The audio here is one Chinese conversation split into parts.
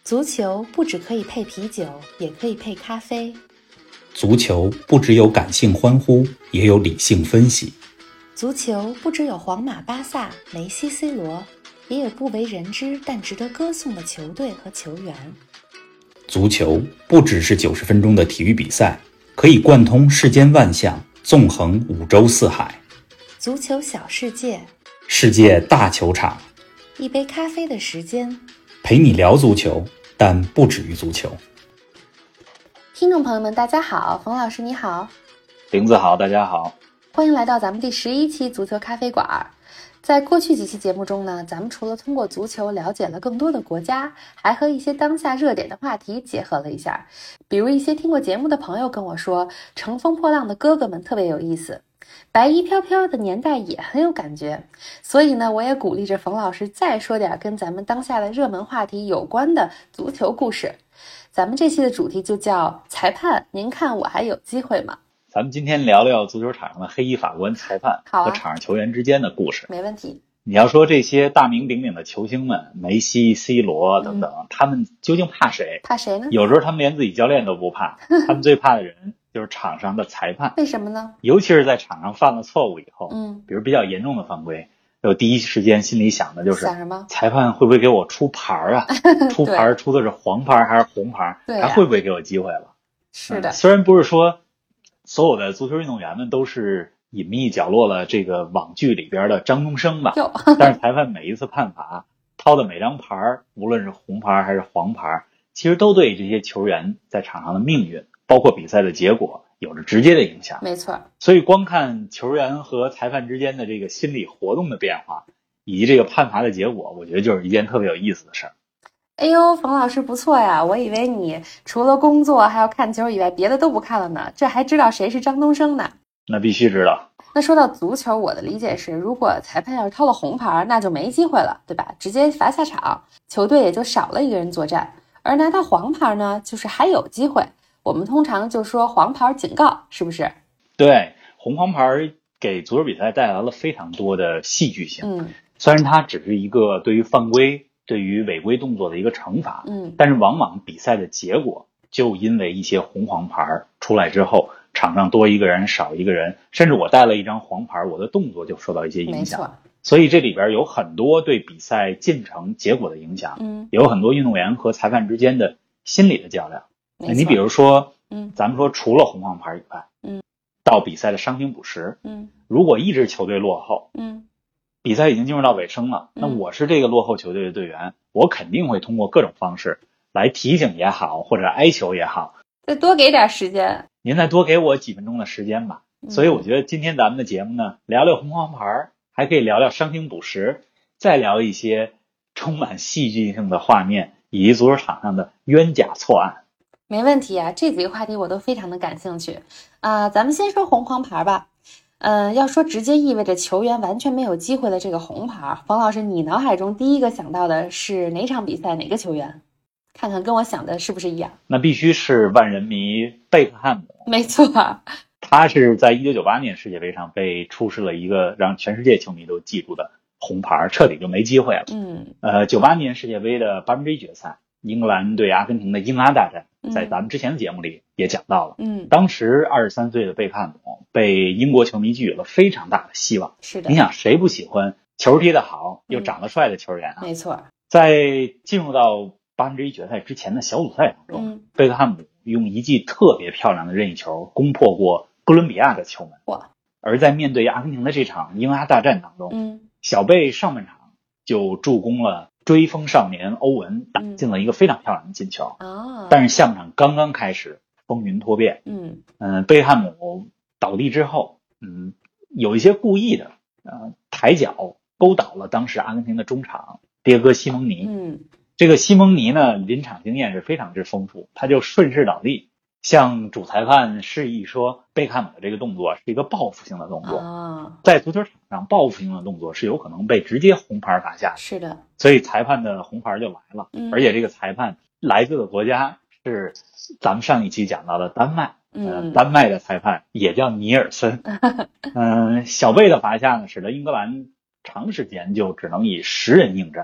足球不只可以配啤酒，也可以配咖啡。 足球不只有感性欢呼，也有理性分析。 足球不只有皇马、巴萨、梅西、C 罗，也有不为人知但值得歌颂的球队和球员。 足球不只是90分钟的体育比赛，可以贯通世间万象，纵横五洲四海。 足球小世界， 世界大球场， 一杯咖啡的时间， 陪你聊足球，但不止于足球。 听众朋友们大家好，冯老师你好。 林子好，大家好， 欢迎来到咱们第11期足球咖啡馆。在过去几期节目中呢，咱们除了通过足球了解了更多的国家，还和一些当下热点的话题结合了一下。比如一些听过节目的朋友跟我说，乘风破浪的哥哥们特别有意思，白衣飘飘的年代也很有感觉。所以呢，我也鼓励着冯老师再说点跟咱们当下的热门话题有关的足球故事。咱们这期的主题就叫裁判，您看我还有机会吗？ 咱们今天聊聊足球场上的黑衣法官裁判和场上球员之间的故事。 没问题。 你要说这些大名鼎鼎的球星们，梅西、C 罗等等，他们究竟怕谁？ 怕谁呢？ 有时候他们连自己教练都不怕，他们最怕的人就是场上的裁判。 为什么呢？ 尤其是在场上犯了错误以后，比如比较严重的犯规，我第一时间心里想的就是想什么？ 裁判会不会给我出牌啊？出牌出的是黄牌还是红牌？还会不会给我机会了？ 是的。 虽然不是说所有的足球运动员们都是隐秘角落了这个网剧里边的张东升吧，但是裁判每一次判罚掏的每张牌，无论是红牌还是黄牌，其实都对这些球员在场上的命运，包括比赛的结果有着直接的影响。 没错。 所以光看球员和裁判之间的这个心理活动的变化，以及这个判罚的结果，我觉得就是一件特别有意思的事儿。 哎呦，冯老师不错呀！我以为你除了工作还要看球以外，别的都不看了呢。这还知道谁是张东升呢？ 那必须知道。 那说到足球，我的理解是，如果裁判要是掏了红牌，那就没机会了，对吧？直接罚下场，球队也就少了一个人作战。而拿到黄牌呢，就是还有机会。我们通常就说黄牌警告，是不是？ 对，红黄牌给足球比赛带来了非常多的戏剧性。虽然它只是一个对于犯规、对于违规动作的一个惩罚，但是往往比赛的结果就因为一些红黄牌出来之后，场上多一个人少一个人，甚至我带了一张黄牌，我的动作就受到一些影响。所以这里边有很多对比赛进程结果的影响，有很多运动员和裁判之间的心理的较量。你比如说，咱们说除了红黄牌以外，到比赛的伤停补时，如果一支球队落后，比赛已经进入到尾声了，那我是这个落后球队的队员，我肯定会通过各种方式来提醒也好，或者哀求也好， 再多给点时间， 您再多给我几分钟的时间吧。所以我觉得今天咱们的节目呢，聊聊红黄牌，还可以聊聊伤停补时，再聊一些充满戏剧性的画面以及足球场上的冤假错案。 没问题啊，这几个话题我都非常的感兴趣咱们先说红黄牌吧。要说直接意味着球员完全没有机会的这个红牌，冯老师，你脑海中第一个想到的是哪场比赛哪个球员？看看跟我想的是不是一样？ 那必须是万人迷贝克汉姆。 没错， 他是在1998年世界杯上被出示了一个让全世界球迷都记住的红牌，彻底就没机会了。98年世界杯的1/8决赛，英格兰对阿根廷的英阿大战，在咱们之前的节目里也讲到了。当时23岁的贝克汉姆被英国球迷寄予了非常大的希望。 是的， 你想谁不喜欢球踢得好又长得帅的球员啊？ 没错。 在进入到1/8决赛之前的小组赛当中，贝克汉姆用一记特别漂亮的任意球攻破过哥伦比亚的球门。而在面对阿根廷的这场英阿大战当中，小贝上半场就助攻了追风少年欧文，打进了一个非常漂亮的进球。但是下半场刚刚开始，风云突变。贝克汉姆倒地之后，有一些故意的抬脚勾倒了当时阿根廷的中场迭戈西蒙尼。这个西蒙尼呢，临场经验是非常之丰富，他就顺势倒地，向主裁判示意说，贝克汉姆的这个动作是一个报复性的动作。在足球场上，报复性的动作是有可能被直接红牌罚下的。 是的， 所以裁判的红牌就来了。而且这个裁判来自的国家是咱们上一期讲到的丹麦。丹麦的裁判也叫尼尔森。小贝的罚下呢，使得英格兰长时间就只能以10人应战。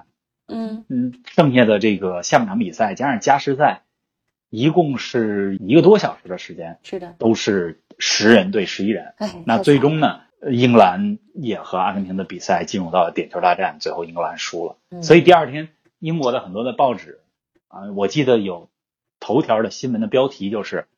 剩下的这个下半场比赛加上加时赛，一共是1个多小时的时间， 是的， 都是10人对11人。那最终呢，英格兰也和阿根廷的比赛进入到了点球大战，最后英格兰输了。所以第二天，英国的很多的报纸我记得有头条的新闻的标题就是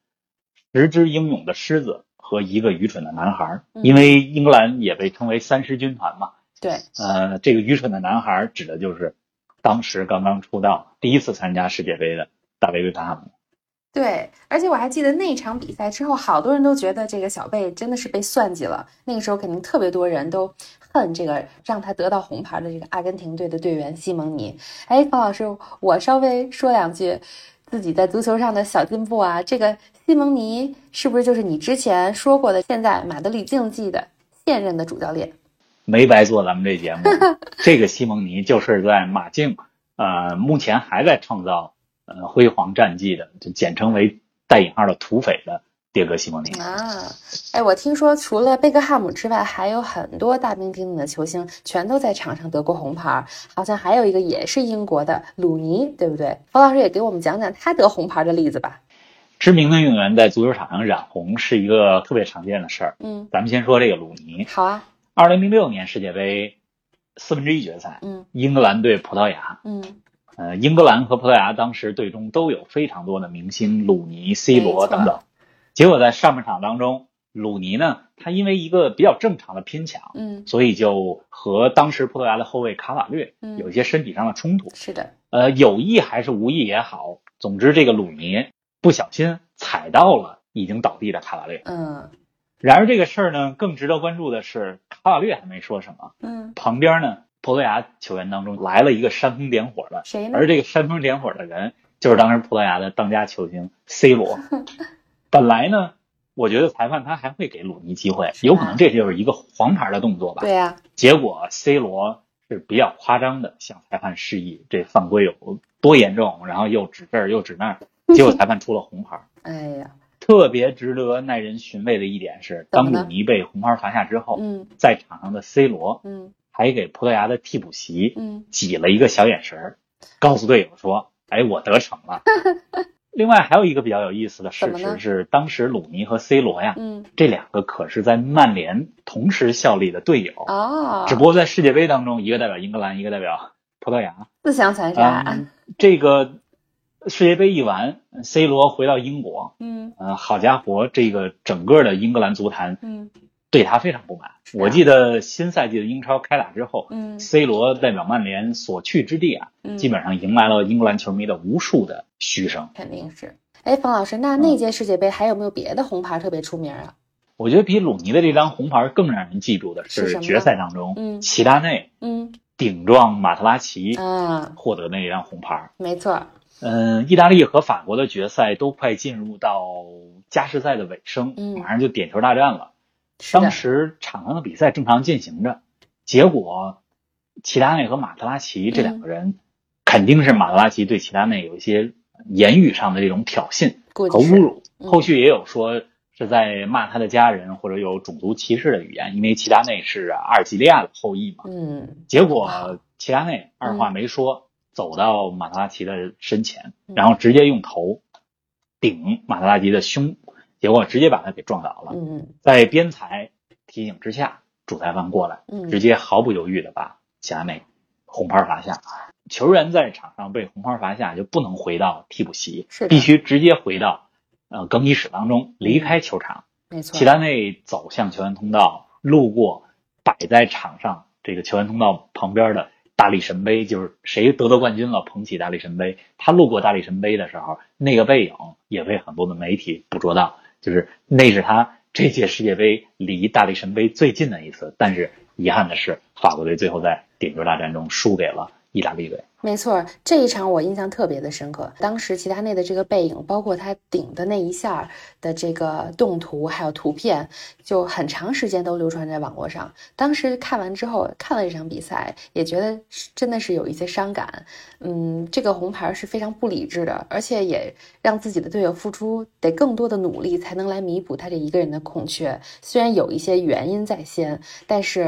10只英勇的狮子和1个愚蠢的男孩，因为英格兰也被称为3狮军团嘛。 对， 这个愚蠢的男孩指的就是当时刚刚出道第一次参加世界杯的大卫·贝克汉姆。 对，而且我还记得那场比赛之后，好多人都觉得这个小贝真的是被算计了。那个时候肯定特别多人都恨这个让他得到红牌的这个阿根廷队的队员西蒙尼。哎，方老师，我稍微说两句自己在足球上的小进步啊。这个西蒙尼是不是就是你之前说过的现在马德里竞技的现任的主教练？ 没白做咱们这节目。这个西蒙尼就是在马竞目前还在创造辉煌战绩的，就简称为带引号的土匪的迭戈·西蒙尼啊。哎，我听说除了贝克汉姆之外，还有很多大名鼎鼎的球星全都在场上得过红牌，好像还有一个也是英国的鲁尼，对不对？方老师也给我们讲讲他得红牌的例子吧。 知名的运动员在足球场上染红是一个特别常见的事儿。咱们先说这个鲁尼。 好啊。 2006年世界杯1/4决赛，英格兰对葡萄牙。英格兰和葡萄牙当时队中都有非常多的明星，鲁尼、C 罗等等。结果在上半场当中，鲁尼呢，他因为一个比较正常的拼抢，所以就和当时葡萄牙的后卫卡瓦略有一些身体上的冲突。 是的。 有意还是无意也好，总之这个鲁尼不小心踩到了已经倒地的卡瓦略。然而这个事儿呢，更值得关注的是卡瓦略还没说什么。旁边呢，葡萄牙球员当中来了一个煽风点火的， 谁呢？ 而这个煽风点火的人就是当时葡萄牙的当家球星 C 罗。本来呢，我觉得裁判他还会给鲁尼机会，有可能这就是一个黄牌的动作吧。 对呀。 结果 C 罗是比较夸张的向裁判示意这犯规有多严重，然后又指这儿又指那儿，结果裁判出了红牌。 哎呀。 特别值得耐人寻味的一点是，当鲁尼被红牌罚下之后，在场上的 C 罗还给葡萄牙的替补席挤了一个小眼神，告诉队友说：“哎，我得逞了。”另外还有一个比较有意思的事实是，当时鲁尼和 C 罗呀，这两个可是在曼联同时效力的队友只不过在世界杯当中，一个代表英格兰，一个代表葡萄牙， 自相残杀。 这个世界杯一完 ，C 罗回到英国，好家伙，这个整个的英格兰足坛，对他非常不满。我记得新赛季的英超开打之后，C 罗代表曼联所去之地基本上迎来了英格兰球迷的无数的嘘声。 肯定是。哎，冯老师，那届世界杯还有没有别的红牌特别出名啊？ 我觉得比鲁尼的这张红牌更让人记住的是决赛当中，齐达内顶撞马特拉齐获得那张红牌。 没错。 意大利和法国的决赛都快进入到加时赛的尾声，马上就点球大战了。当时场上的比赛正常进行着，结果齐达内和马特拉齐这两个人，肯定是马特拉齐对齐达内有一些言语上的这种挑衅和侮辱，后续也有说是在骂他的家人或者有种族歧视的语言，因为齐达内是阿尔及利亚的后裔嘛。结果齐达内二话没说，走到马特拉齐的身前，然后直接用头顶马特拉齐的胸，结果直接把他给撞倒了。在边裁提醒之下，主裁判过来，直接毫不犹豫的把齐达内红牌罚下。球员在场上被红牌罚下就不能回到替补席，必须直接回到更衣室当中，离开球场。 没错。 齐达内走向球员通道，路过摆在场上这个球员通道旁边的大力神杯，就是谁得冠军了捧起大力神杯，他路过大力神杯的时候，那个背影也被很多的媒体捕捉到，就是那是他这届世界杯离大力神杯最近的一次。但是遗憾的是，法国队最后在点球大战中输给了意大利队。 没错，这一场我印象特别的深刻。当时齐达内的这个背影，包括他顶的那一下的这个动图还有图片，就很长时间都流传在网络上。当时看完之后，看了这场比赛，也觉得真的是有一些伤感。这个红牌是非常不理智的，而且也让自己的队友付出得更多的努力，才能来弥补他这一个人的空缺。虽然有一些原因在先，但是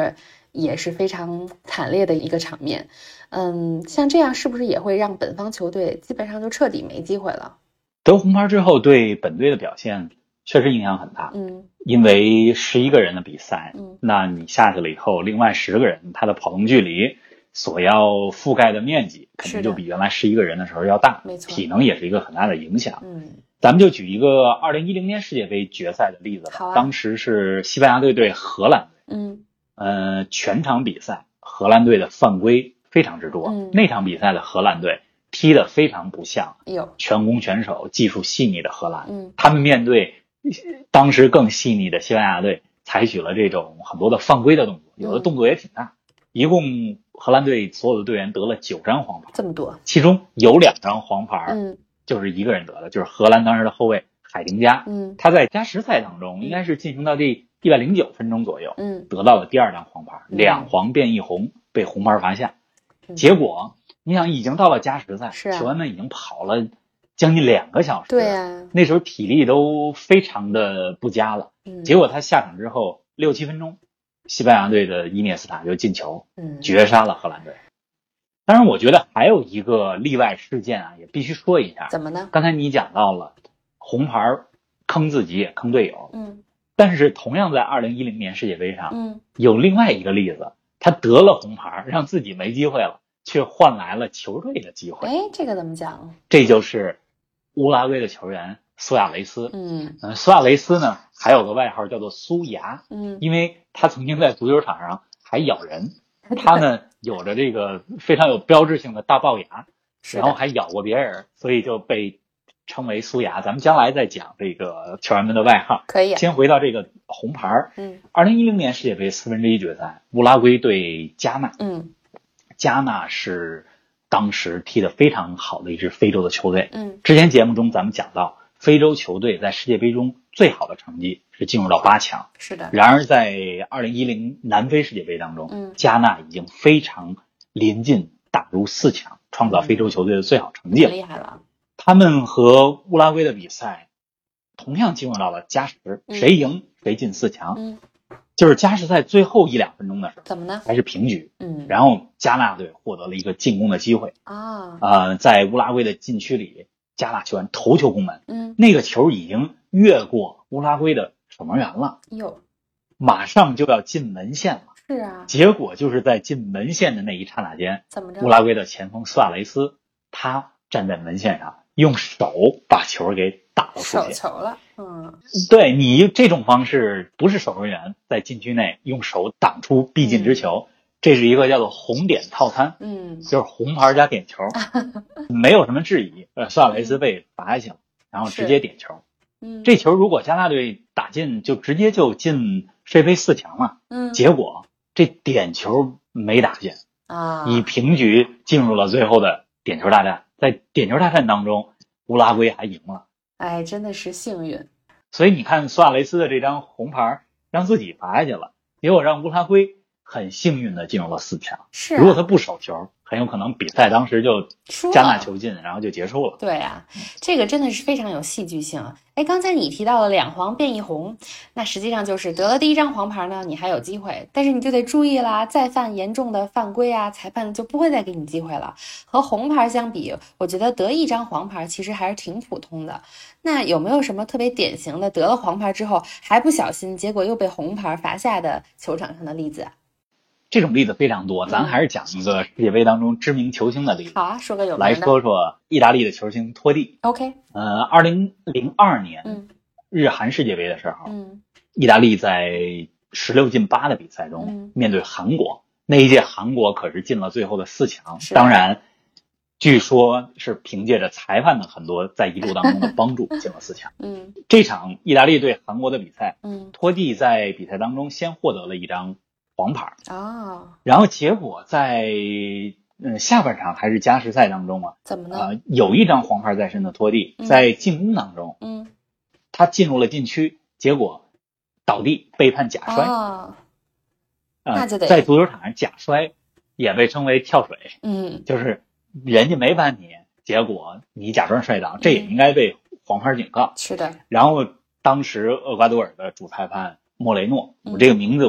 也是非常惨烈的一个场面。像这样是不是也会让本方球队基本上就彻底没机会了？ 得红牌之后对本队的表现确实影响很大。因为11个人的比赛，那你下去了以后，另外10个人他的跑动距离所要覆盖的面积肯定就比原来11个人的时候要大， 没错， 体能也是一个很大的影响。咱们就举一个2010年世界杯决赛的例子吧。当时是西班牙队对荷兰队。全场比赛荷兰队的犯规非常之多。那场比赛的荷兰队踢得非常不像全攻全守技术细腻的荷兰。他们面对当时更细腻的西班牙队，采取了这种很多的犯规的动作，有的动作也挺大。一共荷兰队所有的队员得了9张黄牌， 这么多， 其中有2张黄牌就是一个人得的，就是荷兰当时的后卫海丁加。他在加时赛当中应该是进行到第109分钟左右，得到了第2张黄牌，2黄变1红，被红牌罚下。结果你想，已经到了加时赛，球员们已经跑了将近2个小时， 对啊， 那时候体力都非常的不佳了。结果他下场之后6、7分钟，西班牙队的伊涅斯塔就进球，绝杀了荷兰队。当然我觉得还有一个例外事件啊，也必须说一下。 怎么呢？ 刚才你讲到了红牌坑自己也坑队友。但是同样在2010年世界杯上，有另外一个例子，他得了红牌让自己没机会了，却换来了球队的机会。 这个怎么讲？ 这就是乌拉圭的球员苏亚雷斯。苏亚雷斯呢还有个外号叫做苏牙。因为他曾经在足球场上还咬人。他呢有着这个非常有标志性的大龅牙，然后还咬过别人，所以就被称为苏牙。咱们将来再讲这个球员们的外号。 可以。 先回到这个红牌。2010年世界杯1/4决赛，乌拉圭对加纳。加纳是当时踢得非常好的一支非洲的球队。之前节目中咱们讲到，非洲球队在世界杯中最好的成绩是进入到8强。 是的。 然而在2010南非世界杯当中，加纳已经非常临近打入4强，创造非洲球队的最好成绩了。 厉害了。 他们和乌拉圭的比赛同样进入到了加时，谁赢谁进4强。就是加时赛最后1、2分钟的时候， 怎么呢？ 还是平局。然后加纳队获得了一个进攻的机会。在乌拉圭的禁区里，加纳球员头球攻门。那个球已经越过乌拉圭的守门员了，马上就要进门线了。 是啊。 结果就是在进门线的那一刹那间， 怎么着？ 乌拉圭的前锋苏亚雷斯，他站在门线上，用手把球给打了出去。 手球了。 对，你这种方式不是守门员在禁区内用手挡出必进之球，这是一个叫做红点套餐。就是红牌加点球，没有什么质疑。苏亚雷斯被罚下去了，然后直接点球。这球如果加纳队打进，就直接就进世界杯4强了。结果这点球没打进以平局进入了最后的点球大战。在点球大战当中，乌拉圭还赢了。 真的是幸运。 所以你看苏亚雷斯的这张红牌让自己罚下去了，结果让乌拉圭很幸运的进入了4强。 是。 如果他不守球，很有可能比赛当时就加纳球进，然后就结束了。 对啊，这个真的是非常有戏剧性。刚才你提到了2黄变1红，那实际上就是得了第1张黄牌呢，你还有机会，但是你就得注意啦，再犯严重的犯规啊，裁判就不会再给你机会了。和红牌相比，我觉得得1张黄牌其实还是挺普通的。那有没有什么特别典型的得了黄牌之后还不小心，结果又被红牌罚下的球场上的例子啊？ 这种例子非常多，咱还是讲一个世界杯当中知名球星的例子。 好啊，说个有名的。 来说说意大利的球星托蒂。 OK。 2002年日韩世界杯的时候，意大利在16进8的比赛中面对韩国，那一届韩国可是进了最后的4强。当然，据说是凭借着裁判的很多在一路当中的帮助进了4强。这场意大利对韩国的比赛，托蒂在比赛当中先获得了1张黄牌。然后结果在下半场还是加时赛当中怎么呢？ 有1张黄牌在身的托蒂，在进攻当中，他进入了禁区，结果倒地被判假摔。 那就得在足球场上假摔也被称为跳水。就是人家没判你，结果你假装摔倒，这也应该被黄牌警告。 是的。 然后当时厄瓜多尔的主裁判莫雷诺，我这个名字我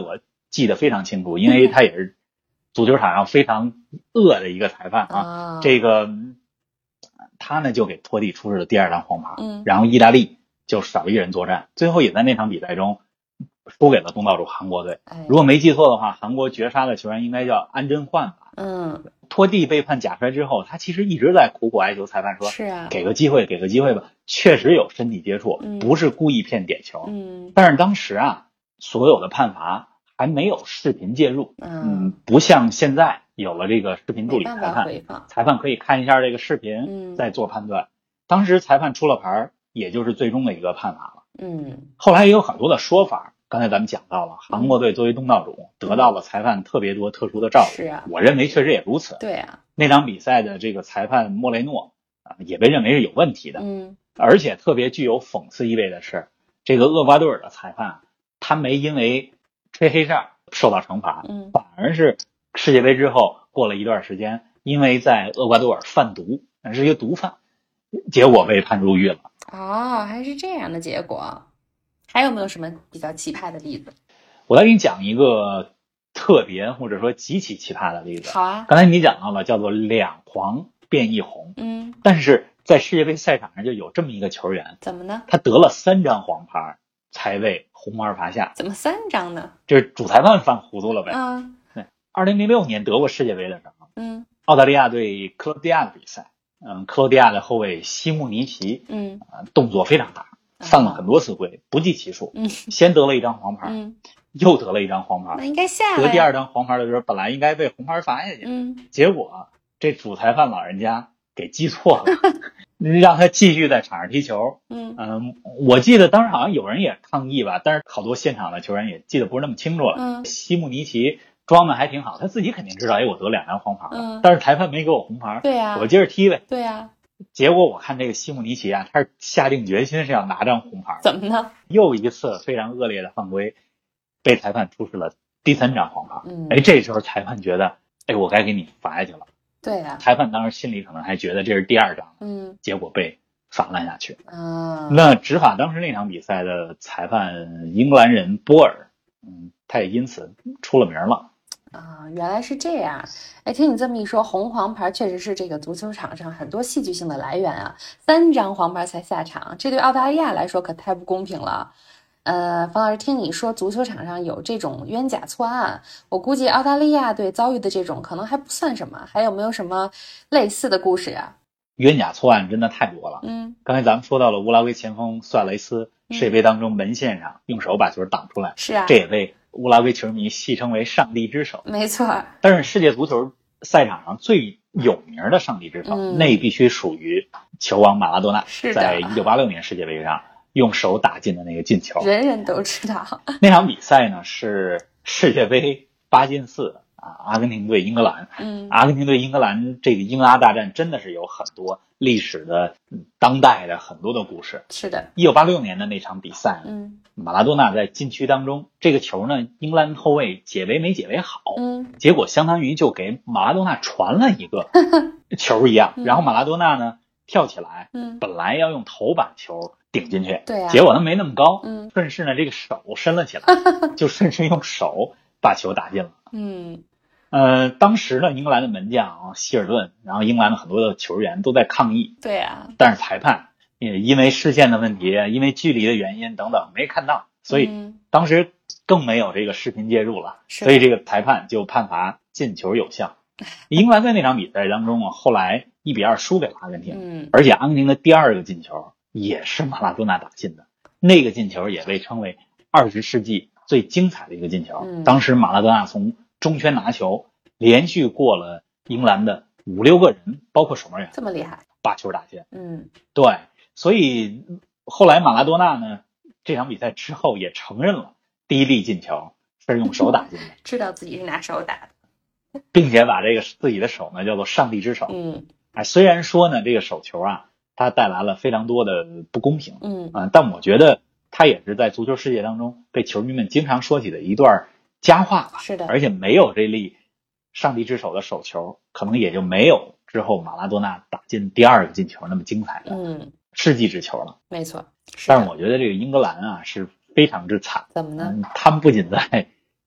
记得非常清楚，因为他也是足球场上非常恶的一个裁判啊。这个他呢就给托蒂出示了第2张黄牌，然后意大利就少1人作战，最后也在那场比赛中输给了东道主韩国队。如果没记错的话，韩国绝杀的球员应该叫安贞焕吧。托蒂被判假摔之后，他其实一直在苦苦哀求裁判说， 是啊， 给个机会吧。确实有身体接触，不是故意骗点球。但是当时啊，所有的判罚还没有视频介入。不像现在有了这个视频助理裁判可以看一下这个视频，再做判断。当时裁判出了牌，也就是最终的一个判罚了。后来也有很多的说法。刚才咱们讲到了，韩国队作为东道主，得到了裁判特别多特殊的照顾。 是啊， 我认为确实也如此。 对啊， 那场比赛的这个裁判莫雷诺也被认为是有问题的。而且特别具有讽刺意味的是，这个厄瓜多尔的裁判他没因为吹黑哨受到惩罚，反而是世界杯之后过了一段时间，因为在厄瓜多尔贩毒，是一个毒贩，结果被判入狱了。 还是这样的结果。还有没有什么比较奇葩的例子？ 我来给你讲一个特别或者说极其奇葩的例子。 好啊。 刚才你讲到了叫做2黄变1红。但是在世界杯赛场上就有这么一个球员， 怎么呢？ 他得了3张黄牌才被红牌罚下。 怎么3张呢？ 就是主裁判犯糊涂了呗。对，2006年德国世界杯的时候，澳大利亚对克罗地亚的比赛，克罗地亚的后卫西穆尼奇，动作非常大。犯了很多次规，不计其数。先得了1张黄牌，又得了1张黄牌。 那应该下得第2张黄牌的时候，本来应该被红牌罚下去。结果这主裁判老人家给记错了，让他继续在场上踢球。我记得当时好像有人也抗议吧，但是好多现场的球员也记得不是那么清楚了。西穆尼奇装的还挺好，他自己肯定知道，我得2张黄牌了，但是裁判没给我红牌。 对呀， 我接着踢呗。 对呀。 结果我看这个西穆尼奇啊，他是下定决心是要拿张红牌。 怎么呢？ 又一次非常恶劣的犯规，被裁判出示了第3张黄牌。这时候裁判觉得，我该给你罚下去了。 对啊。 裁判当时心里可能还觉得这是第2张。结果被罚了下去。那执法当时那场比赛的裁判英格兰人波尔，他也因此出了名了。 原来是这样。听你这么一说，红黄牌确实是这个足球场上很多戏剧性的来源啊。3张黄牌才下场，这对澳大利亚来说可太不公平了。方老师，听你说足球场上有这种冤假错案，我估计澳大利亚队遭遇的这种可能还不算什么，还有没有什么类似的故事啊？ 冤假错案真的太多了。刚才咱们说到了乌拉圭前锋苏亚雷斯，世界杯当中门线上用手把球挡出来。 是啊， 这也被乌拉圭球迷戏称为上帝之手。 没错。 但是世界足球赛场上最有名的上帝之手，那必须属于球王马拉多纳，在1986年世界杯上用手打进的那个进球， 人人都知道。 那场比赛呢是世界杯8进4阿根廷对英格兰。阿根廷对英格兰这个英阿大战真的是有很多历史的当代的很多的故事。 是的。 1986年的那场比赛，马拉多纳在禁区当中，这个球呢英格兰后卫解围没解围好，结果相当于就给马拉多纳传了一个球一样。然后马拉多纳呢跳起来，本来要用头把球顶进去， 对啊， 结果他没那么高，顺势呢这个手伸了起来，就顺势用手把球打进了。当时呢英格兰的门将希尔顿，然后英格兰的很多的球员都在抗议。 对啊， 但是裁判也因为视线的问题，因为距离的原因等等没看到，所以当时更没有这个视频介入了，所以这个裁判就判罚进球有效。英格兰在那场比赛当中后来1-2输给了阿根廷，而且阿根廷的第2个进球也是马拉多纳打进的，那个进球也被称为20世纪最精彩的一个进球。当时马拉多纳从中圈拿球，连续过了英格兰的5-6个人，包括守门员， 这么厉害， 把球打进。对，所以后来马拉多纳呢，这场比赛之后也承认了第1粒进球是用手打进的， 知道自己是拿手打的， 并且把这个自己的手呢叫做上帝之手。虽然说呢这个手球啊，它带来了非常多的不公平，但我觉得它也是在足球世界当中被球迷们经常说起的一段佳话吧。 是的， 而且没有这粒上帝之手的手球，可能也就没有之后马拉多纳打进第2个进球那么精彩的世纪之球了。 没错。 但是我觉得这个英格兰啊是非常之惨。 怎么呢？ 他们不仅在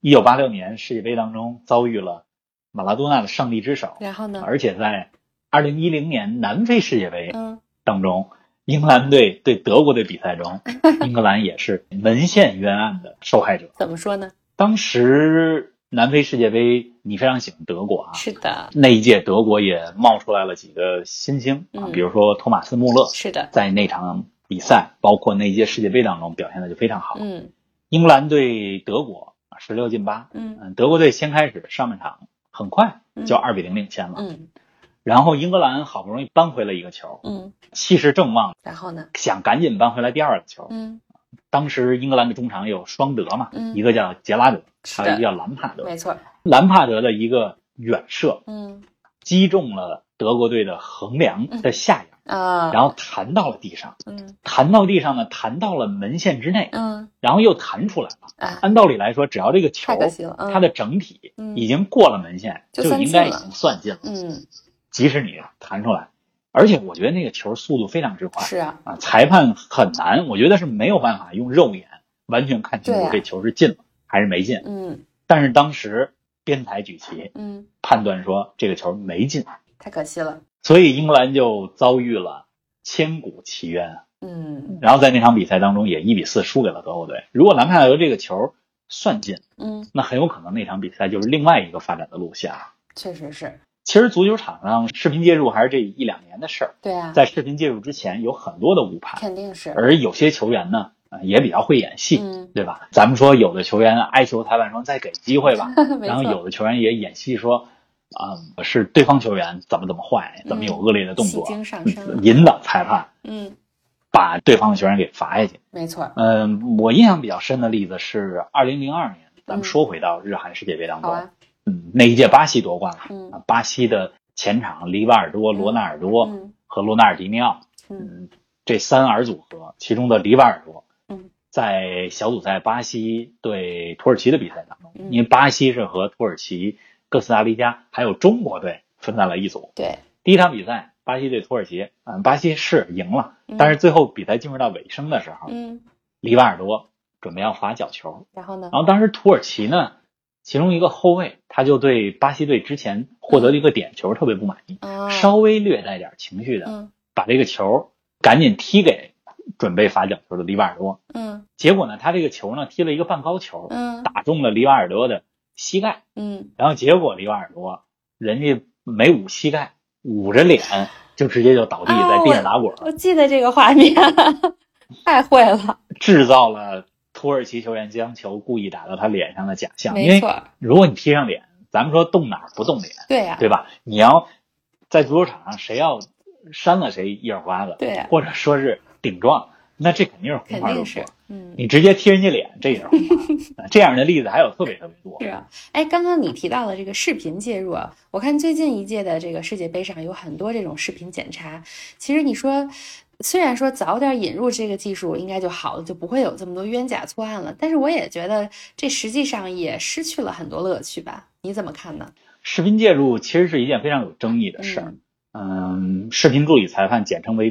1986年世界杯当中遭遇了马拉多纳的上帝之手， 然后呢？ 而且在2010年南非世界杯当中，英格兰队对德国队比赛中，英格兰也是门线冤案的受害者。 怎么说呢？ 当时南非世界杯，你非常喜欢德国啊？ 是的。 那一届德国也冒出来了几个新星啊，比如说托马斯·穆勒。 是的。在那场比赛，包括那一届世界杯当中表现的就非常好。英格兰对德国16进8。德国队先开始上半场很快就2-0领先了。然后英格兰好不容易扳回了一个球，气势正旺， 然后呢， 想赶紧扳回来第二个球。当时英格兰的中场有双德嘛，一个叫杰拉德，还有一个叫兰帕德。 没错， 兰帕德的一个远射，击中了德国队的横梁的下沿，然后弹到了地上，弹到地上呢，弹到了门线之内，然后又弹出来了。按道理来说，只要这个球它的整体已经过了门线，就应该已经算进了。即使你弹出来，而且我觉得那个球速度非常之快。 是啊， 裁判很难，我觉得是没有办法用肉眼完全看清楚这球是进了还是没进。但是当时边裁举旗，判断说这个球没进， 太可惜了。 所以英格兰就遭遇了千古奇冤。然后在那场比赛当中也1-4输给了德国队。如果兰帕德这个球算进，那很有可能那场比赛就是另外一个发展的路线了。 确实是。 其实足球场上视频介入还是这1-2年的事儿。 对啊， 在视频介入之前有很多的误判， 肯定是。 而有些球员呢，也比较会演戏，对吧？咱们说有的球员哀求裁判说再给机会吧，然后有的球员也演戏说是对方球员怎么坏，怎么有恶劣的动作，引导裁判，把对方的球员给罚下去。 没错。 我印象比较深的例子是2002年，咱们说回到日韩世界杯当中。那一届巴西夺冠了。巴西的前场里瓦尔多、罗纳尔多和罗纳尔迪尼奥，这3儿组合，其中的里瓦尔多，在小组赛巴西对土耳其的比赛当中，因为巴西是和土耳其、哥斯达黎加还有中国队分在了一组。 对， 第一场比赛巴西对土耳其，巴西是赢了，但是最后比赛进入到尾声的时候，里瓦尔多准备要罚角球， 然后当时土耳其呢，其中一个后卫他就对巴西队之前获得的一个点球特别不满意，稍微略带点情绪的把这个球赶紧踢给准备罚角球的里瓦尔多。结果呢，他这个球呢踢了一个半高球，打中了里瓦尔多的膝盖。然后结果里瓦尔多人家没捂膝盖，捂着脸就直接就倒地在地上打滚。 我记得这个画面，太会了， 制造了土耳其球员将球故意打到他脸上的假象。 没错， 因为如果你踢上脸，咱们说动哪儿不动脸， 对呀， 对吧？你要在足球场上谁要扇了谁一耳刮子， 对呀， 或者说是顶撞，那这肯定是红牌入是。 你直接踢人家脸，这也是红牌。这样的例子还有特别多。 是啊，刚刚你提到了这个视频介入啊，我看最近一届的这个世界杯上有很多这种视频检查。其实你说，虽然说早点引入这个技术应该就好了，就不会有这么多冤假错案了，但是我也觉得这实际上也失去了很多乐趣吧？你怎么看呢？ 视频介入其实是一件非常有争议的事儿。视频助理裁判简称为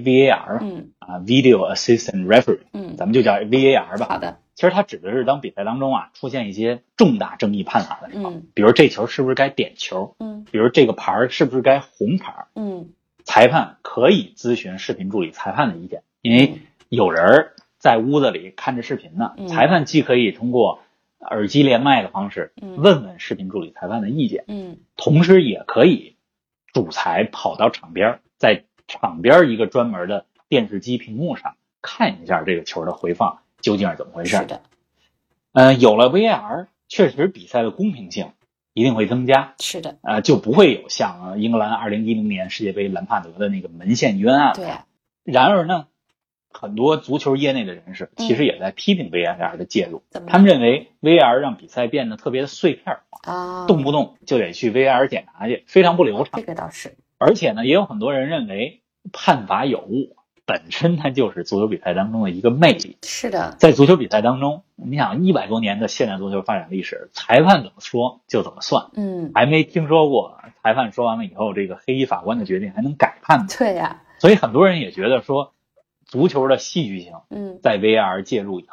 VAR，Video Assistant Referee，咱们就叫 VAR 吧。 好的。 其实它指的是当比赛当中出现一些重大争议判罚的时候，比如这球是不是该点球，比如这个牌是不是该红牌，裁判可以咨询视频助理裁判的意见，因为有人在屋子里看着视频呢，裁判既可以通过耳机连麦的方式问问视频助理裁判的意见，同时也可以主裁跑到场边，在场边一个专门的电视机屏幕上看一下这个球的回放究竟是怎么回事。 是的。 有了 VAR， 确实比赛的公平性一定会增加。 是的。 就不会有像英格兰2010年世界杯兰帕德的那个门线冤案。 对啊。 然而呢，很多足球业内的人士其实也在批评 VAR 的介入，他们认为 VAR 让比赛变得特别的碎片化，动不动就得去 VAR 检查去，非常不流畅。 这个倒是。 而且呢，也有很多人认为判罚有误本身它就是足球比赛当中的一个魅力。 是的， 在足球比赛当中，你想100多年的现代足球发展历史，裁判怎么说就怎么算，还没听说过裁判说完了以后，这个黑衣法官的决定还能改判。 对呀， 所以很多人也觉得说，足球的戏剧性，在 VAR 介入以后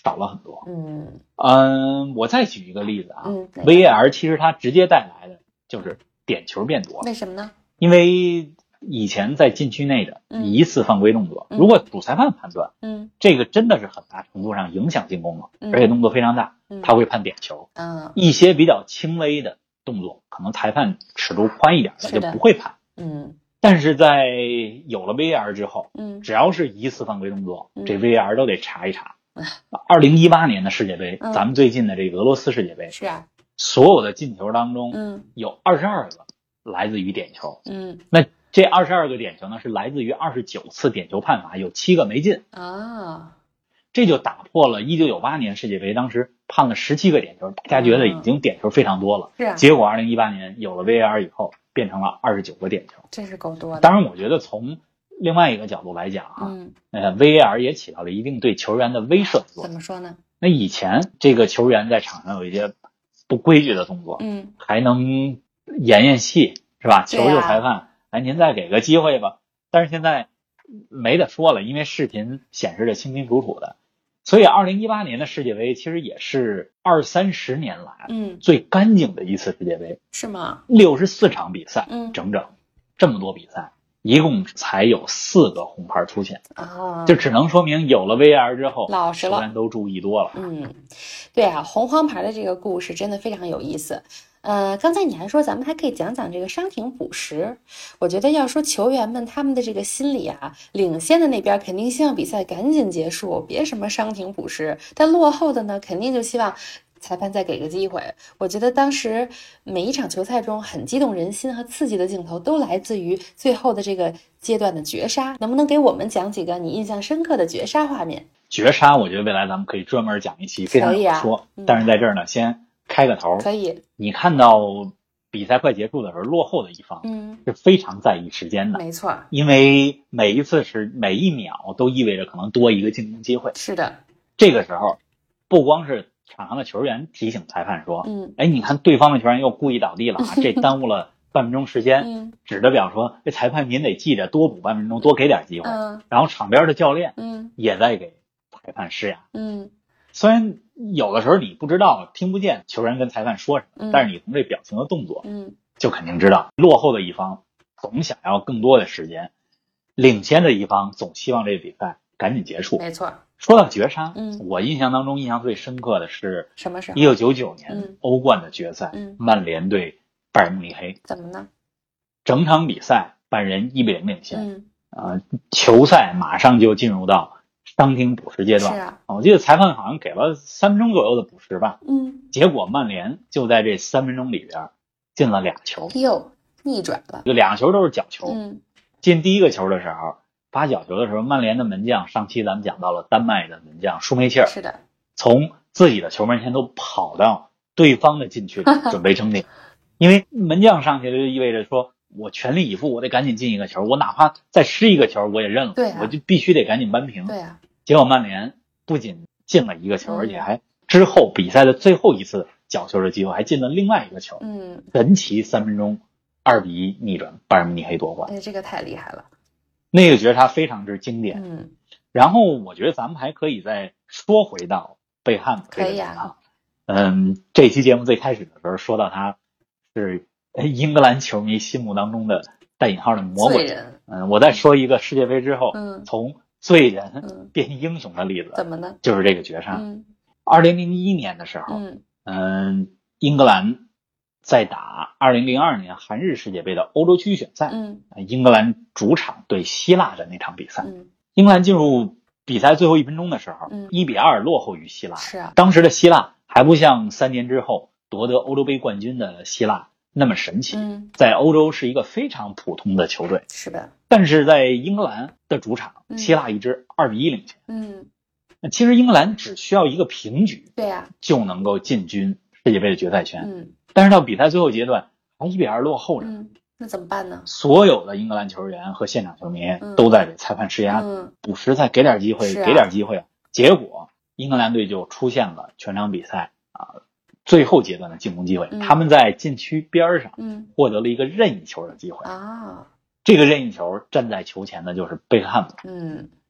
少了很多。我再举一个例子啊，VAR 其实它直接带来的就是点球变多。 为什么呢？ 因为以前在禁区内的疑似犯规动作，如果主裁判判断，这个真的是很大程度上影响进攻了，而且动作非常大，他会判点球。一些比较轻微的动作，可能裁判尺度宽一点的就不会判。但是在有了 VAR 之后，只要是疑似犯规动作，这 VAR 都得查一查。2018年的世界杯，咱们最近的这个俄罗斯世界杯， 是啊， 所有的进球当中，有22个来自于点球。那这22个点球呢，是来自于29次点球判罚，有7个没进啊。这就打破了1998年世界杯当时判了17个点球，大家觉得已经点球非常多了。 是啊。 结果2018年有了 VAR 以后，变成了29个点球， 真是够多的。 当然，我觉得从另外一个角度来讲啊，VAR 也起到了一定对球员的威慑作用。 怎么说呢？ 那以前这个球员在场上有一些不规矩的动作，还能演戏，是吧？求求裁判，哎，您再给个机会吧。但是现在没得说了，因为视频显示的清清楚楚的。所以2018年的世界杯其实也是20-30年来最干净的一次世界杯。 是吗 ？64场比赛，整整这么多比赛，一共才有4个红牌出现啊，就只能说明有了 VAR 之后， 老实了， 球员都注意多了。 对啊，红黄牌的这个故事真的非常有意思。刚才你还说咱们还可以讲讲这个伤停补时，我觉得要说球员们他们的这个心理啊，领先的那边肯定希望比赛赶紧结束，别什么伤停补时，但落后的呢，肯定就希望裁判再给个机会。我觉得当时每一场球赛中很激动人心和刺激的镜头都来自于最后的这个阶段的绝杀，能不能给我们讲几个你印象深刻的绝杀画面？ 绝杀我觉得未来咱们可以专门讲一期，非常好说。但是在这儿呢，先开个头。 可以。 你看到比赛快结束的时候，落后的一方是非常在意时间的。 没错。 因为每一秒都意味着可能多一个进攻机会。 是的。 这个时候不光是场上的球员提醒裁判说，哎，你看对方的球员又故意倒地了啊，这耽误了半分钟时间，指着表说，这裁判您得记着多补半分钟，多给点机会。然后场边的教练也在给裁判施压。虽然有的时候你不知道听不见球员跟裁判说什么，但是你从这表情的动作就肯定知道，落后的一方总想要更多的时间，领先的一方总希望这个比赛赶紧结束。 没错。 说到绝杀，我印象当中印象最深刻的是什么时候 ？1999年欧冠的决赛，曼联对拜仁慕尼黑。 怎么呢？ 整场比赛拜仁1-0领先，球赛马上就进入到伤停补时阶段。 是啊， 我记得裁判好像给了3分钟左右的补时吧。结果曼联就在这3分钟里边进了2球。 哟，逆转了。 这2个球都是角球。进第一个球的时候，罚角球的时候，曼联的门将上期咱们讲到了丹麦的门将舒梅切尔， 是的， 从自己的球门前都跑到对方的禁区里准备争顶，因为门将上去就意味着说我全力以赴，我得赶紧进一个球，我哪怕再失一个球我也认了，我就必须得赶紧扳平。 对啊， 结果曼联不仅进了一个球，而且还之后比赛的最后一次角球的机会还进了另外一个球，神奇3分钟2-1逆转拜仁慕尼黑夺冠。 这个太厉害了。 那个绝杀非常之经典。然后我觉得咱们还可以再说回到贝汉姆这个人啊。这期节目最开始的时候说到他是英格兰球迷心目当中的带引号的魔鬼人。我再说一个世界杯之后从罪人变英雄的例子。 怎么呢？ 就是这个绝杀。2001年的时候，英格兰在打2002年韩日世界杯的欧洲区选赛，英格兰主场对希腊的那场比赛，英格兰进入比赛最后1分钟的时候，1-2落后于希腊。 是啊， 当时的希腊还不像3年之后夺得欧洲杯冠军的希腊那么神奇，在欧洲是一个非常普通的球队。 是的， 但是在英格兰的主场，希腊一支2-1领先。其实英格兰只需要一个平局， 对啊， 就能够进军世界杯的决赛圈。但是到比赛最后阶段还1-2落后着， 那怎么办呢？ 所有的英格兰球员和现场球迷都在给裁判施压，补时再给点机会，给点机会啊！结果英格兰队就出现了全场比赛最后阶段的进攻机会，他们在禁区边上获得了一个任意球的机会。这个任意球站在球前的就是贝克汉姆。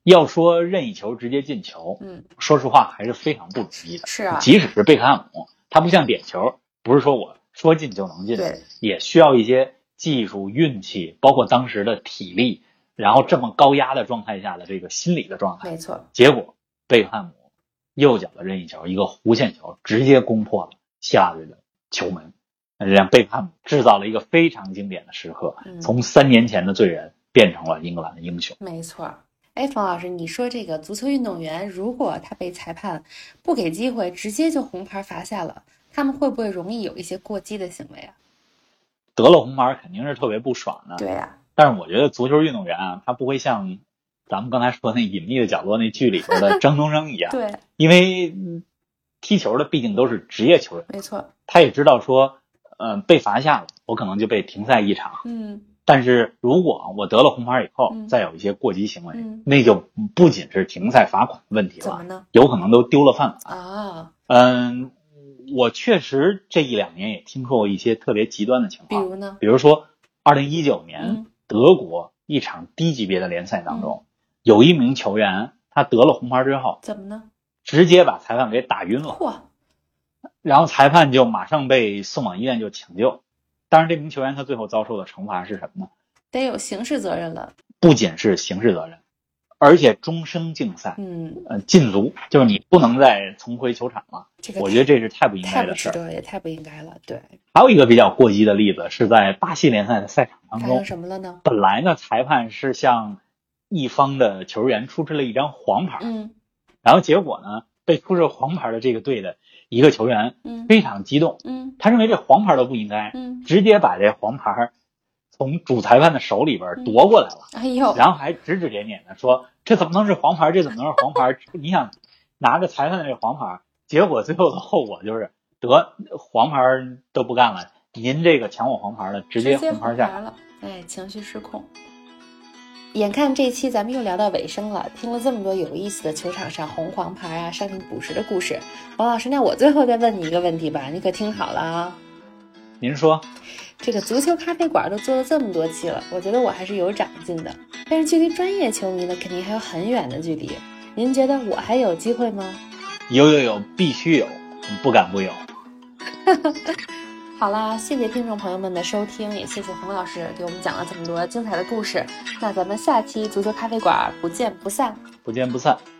要说任意球直接进球，说实话还是非常不容易的。 是啊， 即使是贝克汉姆，他不像点球，不是说我说进就能进，也需要一些技术、运气，包括当时的体力，然后这么高压的状态下的这个心理的状态。 没错。 结果贝克汉姆右脚的任意球，一个弧线球，直接攻破了希腊队的球门，让贝克汉姆制造了一个非常经典的时刻，从3年前的罪人变成了英格兰的英雄。 没错。哎，冯老师，你说这个足球运动员，如果他被裁判不给机会，直接就红牌罚下了，他们会不会容易有一些过激的行为啊？ 得了红牌肯定是特别不爽的。 对呀。 但是我觉得足球运动员啊，他不会像咱们刚才说那隐秘的角落那剧里边的张东升一样。 对。 因为踢球的毕竟都是职业球员。 没错。 他也知道说，被罚下了，我可能就被停赛一场。但是如果我得了红牌以后，再有一些过激行为，那就不仅是停赛罚款问题了。 怎么呢？ 有可能都丢了饭碗啊。 我确实这1-2年也听说过一些特别极端的情况。 比如呢？ 比如说2019年德国一场低级别的联赛当中，有一名球员他得了红牌之后， 怎么呢？ 直接把裁判给打晕了。然后裁判就马上被送往医院就抢救。当然这名球员他最后遭受的惩罚是什么呢？ 得有刑事责任了。 不仅是刑事责任，而且终生禁赛。禁足，就是你不能再重回球场了。我觉得这是太不应该的事， 太不值得，也太不应该了。对。 还有一个比较过激的例子是在巴西联赛的赛场当中。 发生什么了呢？ 本来呢，裁判是向一方的球员出示了一张黄牌。然后结果呢，被出示黄牌的这个队的一个球员非常激动。他认为这黄牌都不应该，直接把这黄牌从主裁判的手里边夺过来了。然后还指指点点的说，这怎么能是黄牌？这怎么能是黄牌？你想拿着裁判的这黄牌，结果最后的后果就是得黄牌都不干了，您这个抢我黄牌了，直接红牌下了。哎，情绪失控。眼看这期咱们又聊到尾声了，听了这么多有意思的球场上红黄牌啊、伤停补时的故事，王老师，那我最后再问你一个问题吧，你可听好了啊。 您说。 这个足球咖啡馆都做了这么多期了，我觉得我还是有长进的，但是距离专业球迷呢，肯定还有很远的距离。您觉得我还有机会吗？ 有，必须有，不敢不有。 好啦，谢谢听众朋友们的收听，也谢谢冯老师给我们讲了这么多精彩的故事。那咱们下期足球咖啡馆不见不散。 不见不散。